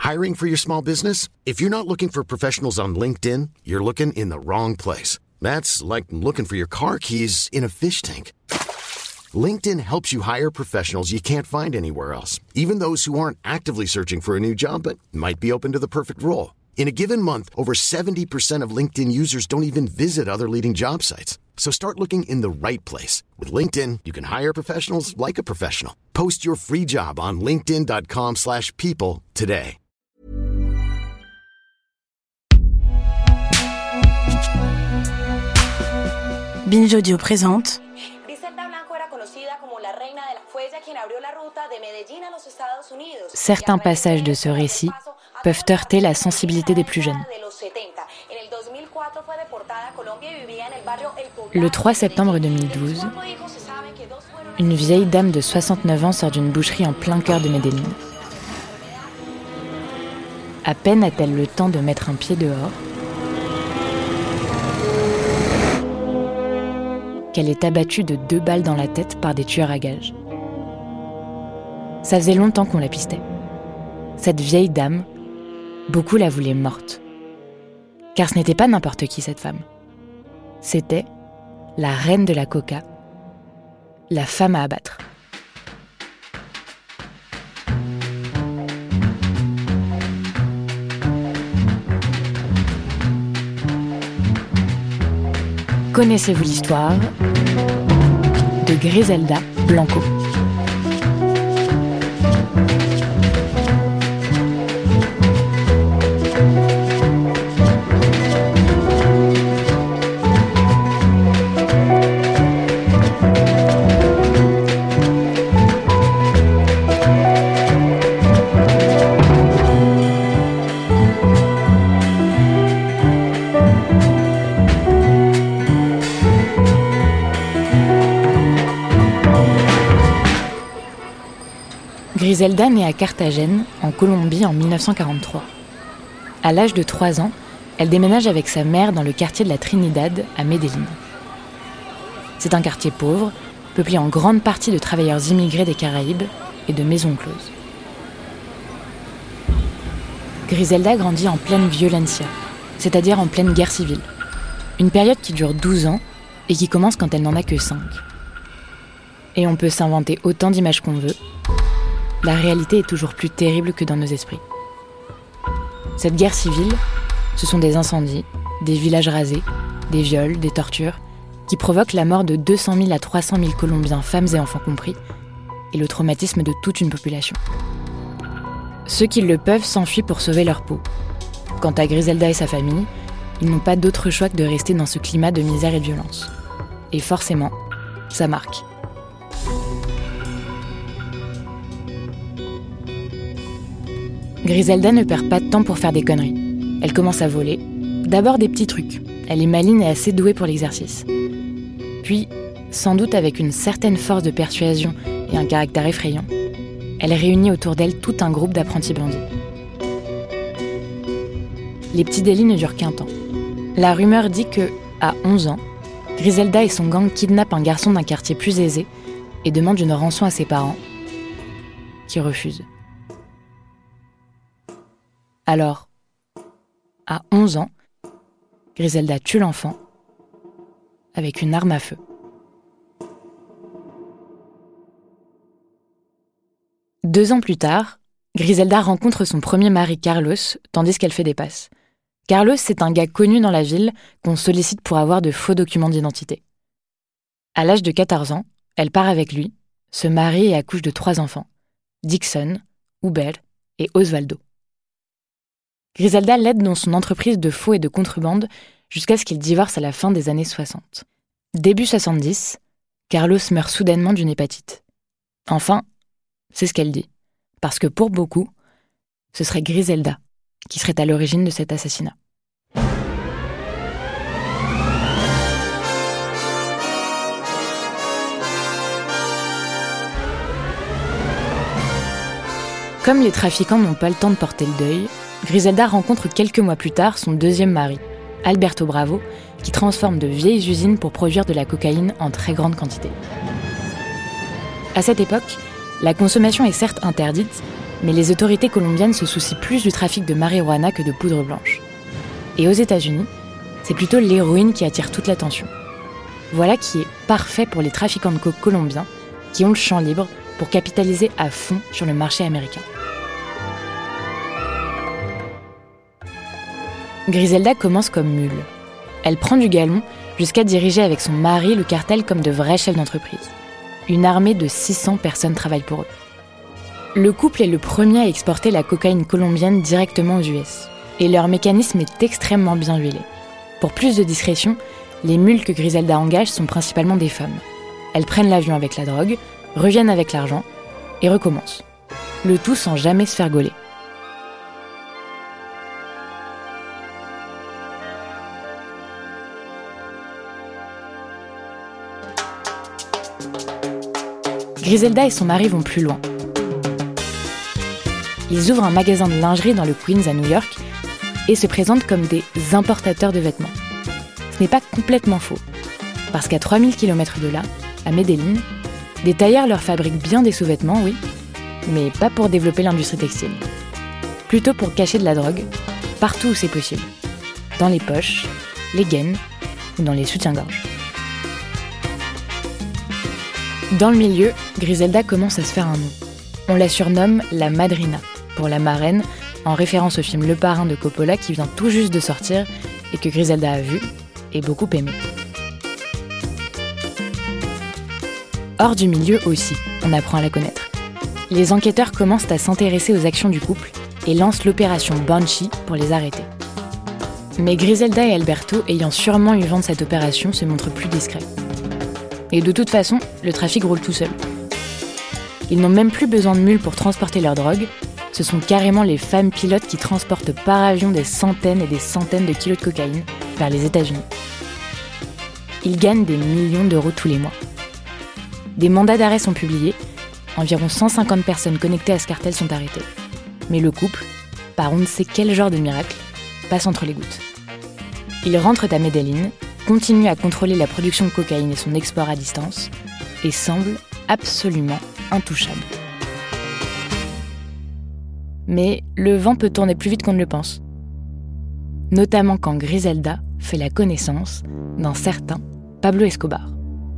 Hiring for your small business? If you're not looking for professionals on LinkedIn, you're looking in the wrong place. That's like looking for your car keys in a fish tank. LinkedIn helps you hire professionals you can't find anywhere else, even those who aren't actively searching for a new job but might be open to the perfect role. In a given month, over 70% of LinkedIn users don't even visit other leading job sites. So start looking in the right place. With LinkedIn, you can hire professionals like a professional. Post your free job on linkedin.com/people today. Binge Audio présente certains passages de ce récit peuvent heurter la sensibilité des plus jeunes. Le 3 septembre 2012, une vieille dame de 69 ans sort d'une boucherie en plein cœur de Medellín. À peine a-t-elle le temps de mettre un pied dehors qu'elle est abattue de 2 balles dans la tête par des tueurs à gages. Ça faisait longtemps qu'on la pistait. Cette vieille dame, beaucoup la voulaient morte. Car ce n'était pas n'importe qui, cette femme. C'était la reine de la coca, la femme à abattre. Connaissez-vous l'histoire de Griselda Blanco ? Griselda naît à Carthagène, en Colombie, en 1943. À l'âge de 3 ans, elle déménage avec sa mère dans le quartier de la Trinidad, à Medellín. C'est un quartier pauvre, peuplé en grande partie de travailleurs immigrés des Caraïbes et de maisons closes. Griselda grandit en pleine violencia, c'est-à-dire en pleine guerre civile. Une période qui dure 12 ans et qui commence quand elle n'en a que 5. Et on peut s'inventer autant d'images qu'on veut, la réalité est toujours plus terrible que dans nos esprits. Cette guerre civile, ce sont des incendies, des villages rasés, des viols, des tortures, qui provoquent la mort de 200 000 à 300 000 Colombiens, femmes et enfants compris, et le traumatisme de toute une population. Ceux qui le peuvent s'enfuient pour sauver leur peau. Quant à Griselda et sa famille, ils n'ont pas d'autre choix que de rester dans ce climat de misère et de violence. Et forcément, ça marque. Griselda ne perd pas de temps pour faire des conneries. Elle commence à voler. D'abord des petits trucs. Elle est maligne et assez douée pour l'exercice. Puis, sans doute avec une certaine force de persuasion et un caractère effrayant, elle réunit autour d'elle tout un groupe d'apprentis bandits. Les petits délits ne durent qu'un temps. La rumeur dit que, à 11 ans, Griselda et son gang kidnappent un garçon d'un quartier plus aisé et demandent une rançon à ses parents, qui refusent. Alors, à 11 ans, Griselda tue l'enfant avec une arme à feu. Deux ans plus tard, Griselda rencontre son premier mari Carlos, tandis qu'elle fait des passes. Carlos, c'est un gars connu dans la ville qu'on sollicite pour avoir de faux documents d'identité. À l'âge de 14 ans, elle part avec lui, se marie et accouche de 3 enfants, Dixon, Hubert et Osvaldo. Griselda l'aide dans son entreprise de faux et de contrebande jusqu'à ce qu'il divorce à la fin des années 60. Début 70, Carlos meurt soudainement d'une hépatite. Enfin, c'est ce qu'elle dit, parce que pour beaucoup, ce serait Griselda qui serait à l'origine de cet assassinat. Comme les trafiquants n'ont pas le temps de porter le deuil, Griselda rencontre quelques mois plus tard son deuxième mari, Alberto Bravo, qui transforme de vieilles usines pour produire de la cocaïne en très grande quantité. À cette époque, la consommation est certes interdite, Mais les autorités colombiennes se soucient plus du trafic de marijuana que de poudre blanche. Et aux États-Unis, c'est plutôt l'héroïne qui attire toute l'attention. Voilà qui est parfait pour les trafiquants de coke colombiens qui ont le champ libre pour capitaliser à fond sur le marché américain. Griselda commence comme mule. Elle prend du galon jusqu'à diriger avec son mari le cartel comme de vrais chefs d'entreprise. Une armée de 600 personnes travaille pour eux. Le couple est le premier à exporter la cocaïne colombienne directement aux US. Et leur mécanisme est extrêmement bien huilé. Pour plus de discrétion, les mules que Griselda engage sont principalement des femmes. Elles prennent l'avion avec la drogue, reviennent avec l'argent et recommencent. Le tout sans jamais se faire gauler. Griselda et son mari vont plus loin. Ils ouvrent un magasin de lingerie dans le Queens à New York et se présentent comme des importateurs de vêtements. Ce n'est pas complètement faux, parce qu'à 3000 km de là, à Medellín, des tailleurs leur fabriquent bien des sous-vêtements, oui, mais pas pour développer l'industrie textile. Plutôt pour cacher de la drogue, partout où c'est possible. Dans les poches, les gaines ou dans les soutiens-gorge. Dans le milieu, Griselda commence à se faire un nom. On la surnomme la Madrina, pour la marraine, en référence au film Le Parrain de Coppola qui vient tout juste de sortir et que Griselda a vu et beaucoup aimé. Hors du milieu aussi, on apprend à la connaître. Les enquêteurs commencent à s'intéresser aux actions du couple et lancent l'opération Banshee pour les arrêter. Mais Griselda et Alberto, ayant sûrement eu vent de cette opération, se montrent plus discrets. Et de toute façon, le trafic roule tout seul. Ils n'ont même plus besoin de mules pour transporter leur drogue. Ce sont carrément les femmes pilotes qui transportent par avion des centaines et des centaines de kilos de cocaïne vers les États-Unis. Ils gagnent des millions d'euros tous les mois. Des mandats d'arrêt sont publiés. Environ 150 personnes connectées à ce cartel sont arrêtées. Mais le couple, par on ne sait quel genre de miracle, passe entre les gouttes. Ils rentrent à Medellín, continuent à contrôler la production de cocaïne et son export à distance, et semblent absolument intouchables. Mais le vent peut tourner plus vite qu'on ne le pense. Notamment quand Griselda fait la connaissance d'un certain Pablo Escobar.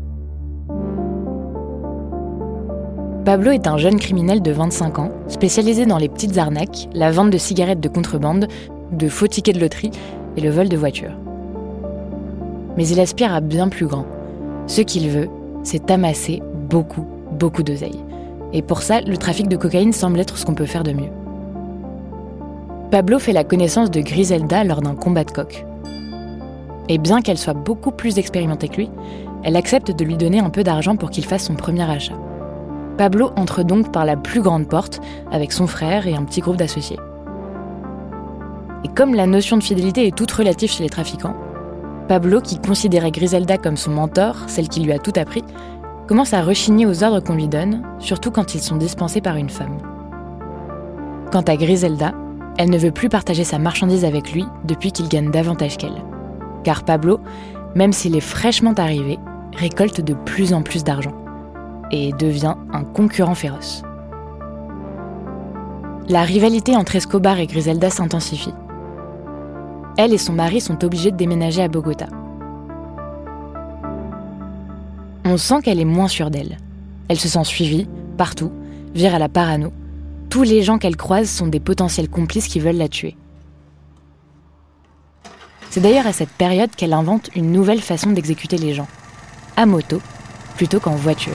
Pablo est un jeune criminel de 25 ans, spécialisé dans les petites arnaques, la vente de cigarettes de contrebande, de faux tickets de loterie et le vol de voitures. Mais il aspire à bien plus grand. Ce qu'il veut, c'est amasser beaucoup d'oseille. Et pour ça, le trafic de cocaïne semble être ce qu'on peut faire de mieux. Pablo fait la connaissance de Griselda lors d'un combat de coq. Et bien qu'elle soit beaucoup plus expérimentée que lui, elle accepte de lui donner un peu d'argent pour qu'il fasse son premier achat. Pablo entre donc par la plus grande porte avec son frère et un petit groupe d'associés. Et comme la notion de fidélité est toute relative chez les trafiquants, Pablo, qui considérait Griselda comme son mentor, celle qui lui a tout appris, commence à rechigner aux ordres qu'on lui donne, surtout quand ils sont dispensés par une femme. Quant à Griselda, elle ne veut plus partager sa marchandise avec lui depuis qu'il gagne davantage qu'elle. Car Pablo, même s'il est fraîchement arrivé, récolte de plus en plus d'argent et devient un concurrent féroce. La rivalité entre Escobar et Griselda s'intensifie. Elle et son mari sont obligés de déménager à Bogota. On sent qu'elle est moins sûre d'elle. Elle se sent suivie, partout, vire à la parano. Tous les gens qu'elle croise sont des potentiels complices qui veulent la tuer. C'est d'ailleurs à cette période qu'elle invente une nouvelle façon d'exécuter les gens. À moto, plutôt qu'en voiture.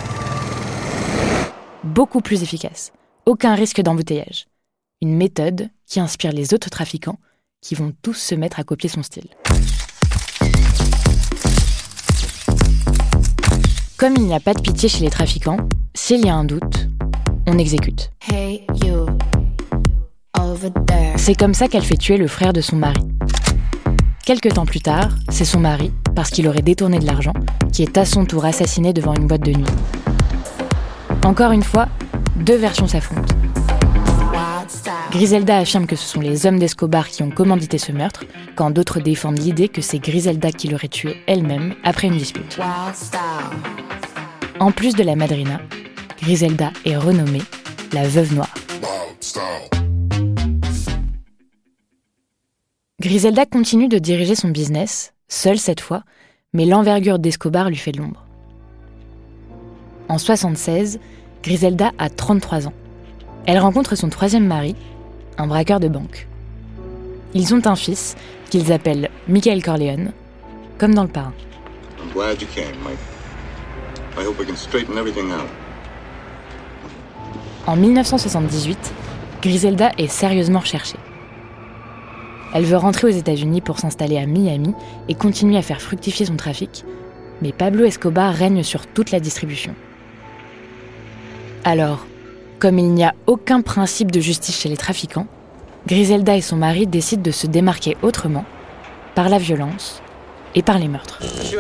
Beaucoup plus efficace. Aucun risque d'embouteillage. Une méthode qui inspire les autres trafiquants qui vont tous se mettre à copier son style. Comme il n'y a pas de pitié chez les trafiquants, s'il y a un doute, on exécute. Hey you, over there. C'est comme ça qu'elle fait tuer le frère de son mari. Quelque temps plus tard, c'est son mari, parce qu'il aurait détourné de l'argent, qui est à son tour assassiné devant une boîte de nuit. Encore une fois, deux versions s'affrontent. Griselda affirme que ce sont les hommes d'Escobar qui ont commandité ce meurtre, quand d'autres défendent l'idée que c'est Griselda qui l'aurait tué elle-même après une dispute. En plus de la Madrina, Griselda est renommée la Veuve Noire. Griselda continue de diriger son business, seule cette fois, mais l'envergure d'Escobar lui fait de l'ombre. En 1976, Griselda a 33 ans. Elle rencontre son troisième mari, un braqueur de banque. Ils ont un fils qu'ils appellent Michael Corleone, comme dans Le Parrain. I'm glad you came, Mike. I hope we can straighten everything out. En 1978, Griselda est sérieusement recherchée. Elle veut rentrer aux États-Unis pour s'installer à Miami et continuer à faire fructifier son trafic, mais Pablo Escobar règne sur toute la distribution. Alors, comme il n'y a aucun principe de justice chez les trafiquants, Griselda et son mari décident de se démarquer autrement, par la violence et par les meurtres.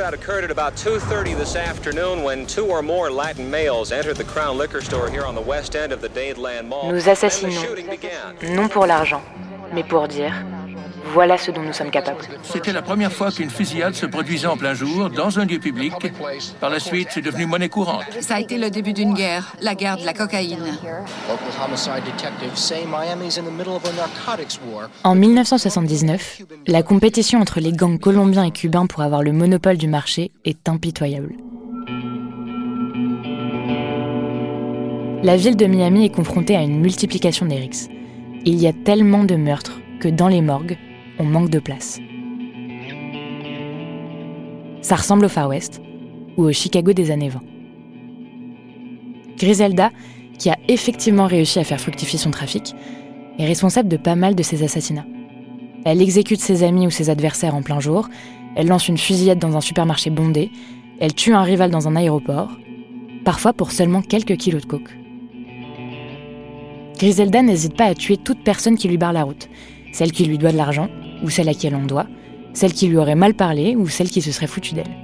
Nous assassinons, non pour l'argent, mais pour dire « voilà ce dont nous sommes capables ». C'était la première fois qu'une fusillade se produisait en plein jour, dans un lieu public. Par la suite, c'est devenu monnaie courante. Ça a été le début d'une guerre, la guerre de la cocaïne. En 1979, la compétition entre les gangs colombiens et cubains pour avoir le monopole du marché est impitoyable. La ville de Miami est confrontée à une multiplication des rixes. Il y a tellement de meurtres que dans les morgues, on manque de place. Ça ressemble au Far West ou au Chicago des années 20. Griselda, qui a effectivement réussi à faire fructifier son trafic, est responsable de pas mal de ces assassinats. Elle exécute ses amis ou ses adversaires en plein jour, elle lance une fusillade dans un supermarché bondé, elle tue un rival dans un aéroport, parfois pour seulement quelques kilos de coke. Griselda n'hésite pas à tuer toute personne qui lui barre la route, celle qui lui doit de l'argent, ou celle à qui elle en doit, celle qui lui aurait mal parlé, ou celle qui se serait foutue d'elle.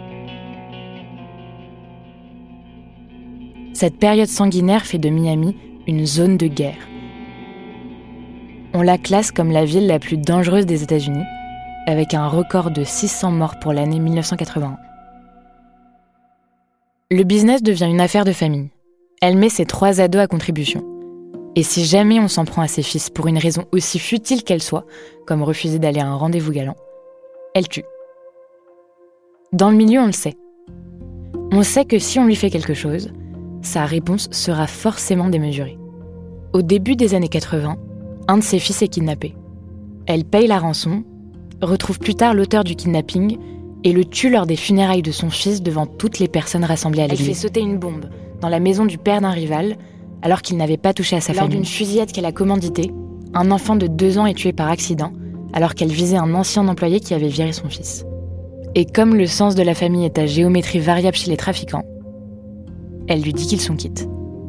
Cette période sanguinaire fait de Miami une zone de guerre. On la classe comme la ville la plus dangereuse des États-Unis, avec un record de 600 morts pour l'année 1981. Le business devient une affaire de famille. Elle met ses 3 ados à contribution. Et si jamais on s'en prend à ses fils pour une raison aussi futile qu'elle soit, comme refuser d'aller à un rendez-vous galant, elle tue. Dans le milieu, on le sait. On sait que si on lui fait quelque chose, sa réponse sera forcément démesurée. Au début des années 80, un de ses fils est kidnappé. Elle paye la rançon, retrouve plus tard l'auteur du kidnapping et le tue lors des funérailles de son fils devant toutes les personnes rassemblées à l'église. Elle fait sauter une bombe dans la maison du père d'un rival, alors qu'il n'avait pas touché à sa famille. Lors d'une fusillade qu'elle a commanditée, un enfant de 2 ans est tué par accident, alors qu'elle visait un ancien employé qui avait viré son fils. Et comme le sens de la famille est à géométrie variable chez les trafiquants, elle lui dit qu'ils sont quittes.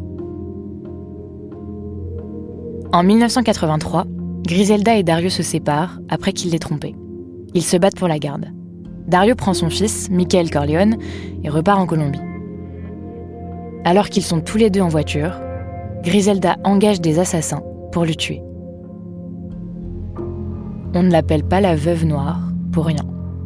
En 1983, Griselda et Dario se séparent après qu'il l'ait trompée. Ils se battent pour la garde. Dario prend son fils, Michael Corleone, et repart en Colombie. Alors qu'ils sont tous les deux en voiture, Griselda engage des assassins pour le tuer. On ne l'appelle pas la veuve noire pour rien.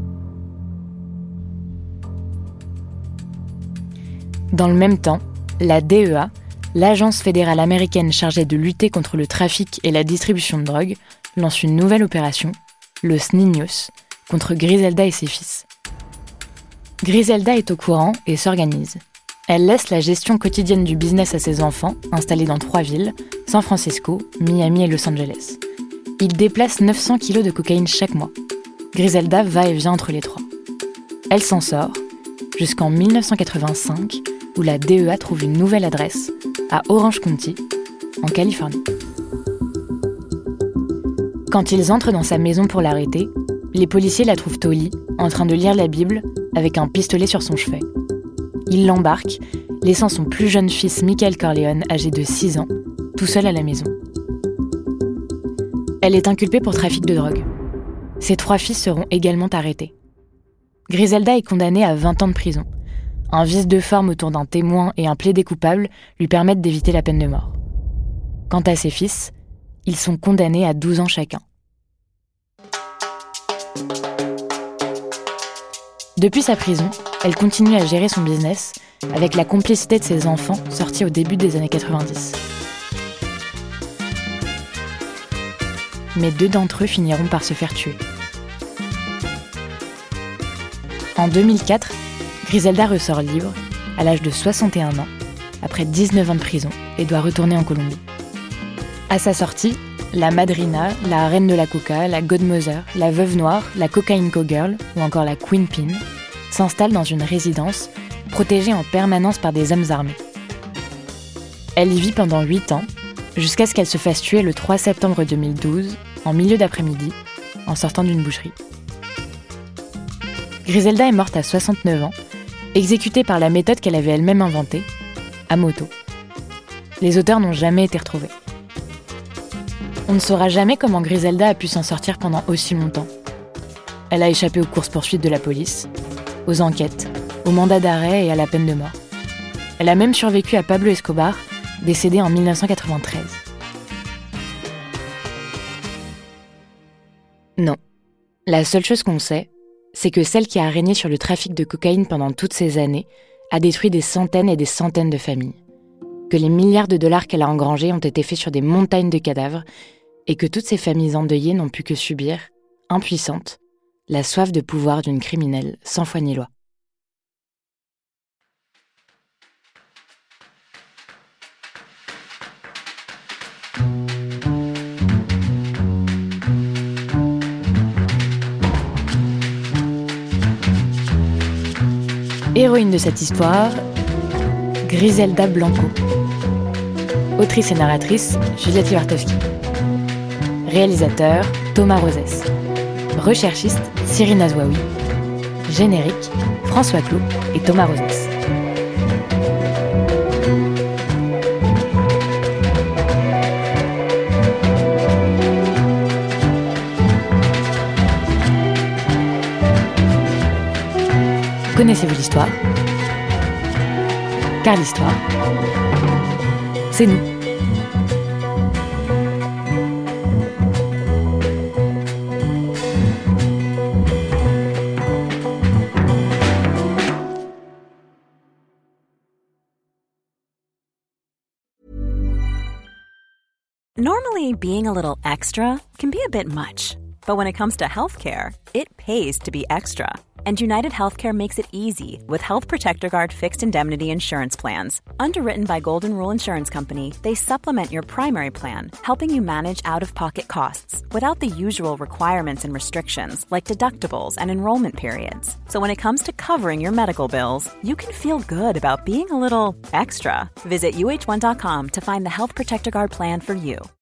Dans le même temps, la DEA, l'agence fédérale américaine chargée de lutter contre le trafic et la distribution de drogue, lance une nouvelle opération, Los Niños, contre Griselda et ses fils. Griselda est au courant et s'organise. Elle laisse la gestion quotidienne du business à ses enfants, installés dans 3 villes, San Francisco, Miami et Los Angeles. Ils déplacent 900 kilos de cocaïne chaque mois. Griselda va et vient entre les 3. Elle s'en sort, jusqu'en 1985, où la DEA trouve une nouvelle adresse, à Orange County, en Californie. Quand ils entrent dans sa maison pour l'arrêter, les policiers la trouvent au lit, en train de lire la Bible, avec un pistolet sur son chevet. Ils l'embarquent, laissant son plus jeune fils Michael Corleone, âgé de 6 ans, tout seul à la maison. Elle est inculpée pour trafic de drogue. Ses 3 fils seront également arrêtés. Griselda est condamnée à 20 ans de prison. Un vice de forme autour d'un témoin et un plaidé coupable lui permettent d'éviter la peine de mort. Quant à ses fils, ils sont condamnés à 12 ans chacun. Depuis sa prison, elle continue à gérer son business avec la complicité de ses enfants sortis au début des années 90. mais 2 d'entre eux finiront par se faire tuer. En 2004, Griselda ressort libre, à l'âge de 61 ans, après 19 ans de prison, et doit retourner en Colombie. À sa sortie, la Madrina, la reine de la coca, la Godmother, la veuve noire, la cocaine cowgirl ou encore la Queenpin s'installent dans une résidence protégée en permanence par des hommes armés. Elle y vit pendant 8 ans, jusqu'à ce qu'elle se fasse tuer le 3 septembre 2012, en milieu d'après-midi, en sortant d'une boucherie. Griselda est morte à 69 ans, exécutée par la méthode qu'elle avait elle-même inventée, à moto. Les auteurs n'ont jamais été retrouvés. On ne saura jamais comment Griselda a pu s'en sortir pendant aussi longtemps. Elle a échappé aux courses-poursuites de la police, aux enquêtes, aux mandats d'arrêt et à la peine de mort. Elle a même survécu à Pablo Escobar, décédé en 1993. Non. La seule chose qu'on sait, c'est que celle qui a régné sur le trafic de cocaïne pendant toutes ces années a détruit des centaines et des centaines de familles. Que les milliards de dollars qu'elle a engrangés ont été faits sur des montagnes de cadavres et que toutes ces familles endeuillées n'ont pu que subir, impuissantes, la soif de pouvoir d'une criminelle sans foi ni loi. Héroïne de cette histoire, Griselda Blanco. Autrice et narratrice, Juliette Iwartowski. Réalisateur, Thomas Rosès. Recherchiste, Cyrine Azouaoui. Générique, François Clot et Thomas Rosès. Connaissez-vous l'histoire ? Car l'histoire, c'est nous. Normally, being a little extra can be a bit much. But when it comes to healthcare, it pays to be extra. And United Healthcare makes it easy with Health Protector Guard fixed indemnity insurance plans. Underwritten by Golden Rule Insurance Company, they supplement your primary plan, helping you manage out-of-pocket costs without the usual requirements and restrictions like deductibles and enrollment periods. So when it comes to covering your medical bills, you can feel good about being a little extra. Visit uh1.com to find the Health Protector Guard plan for you.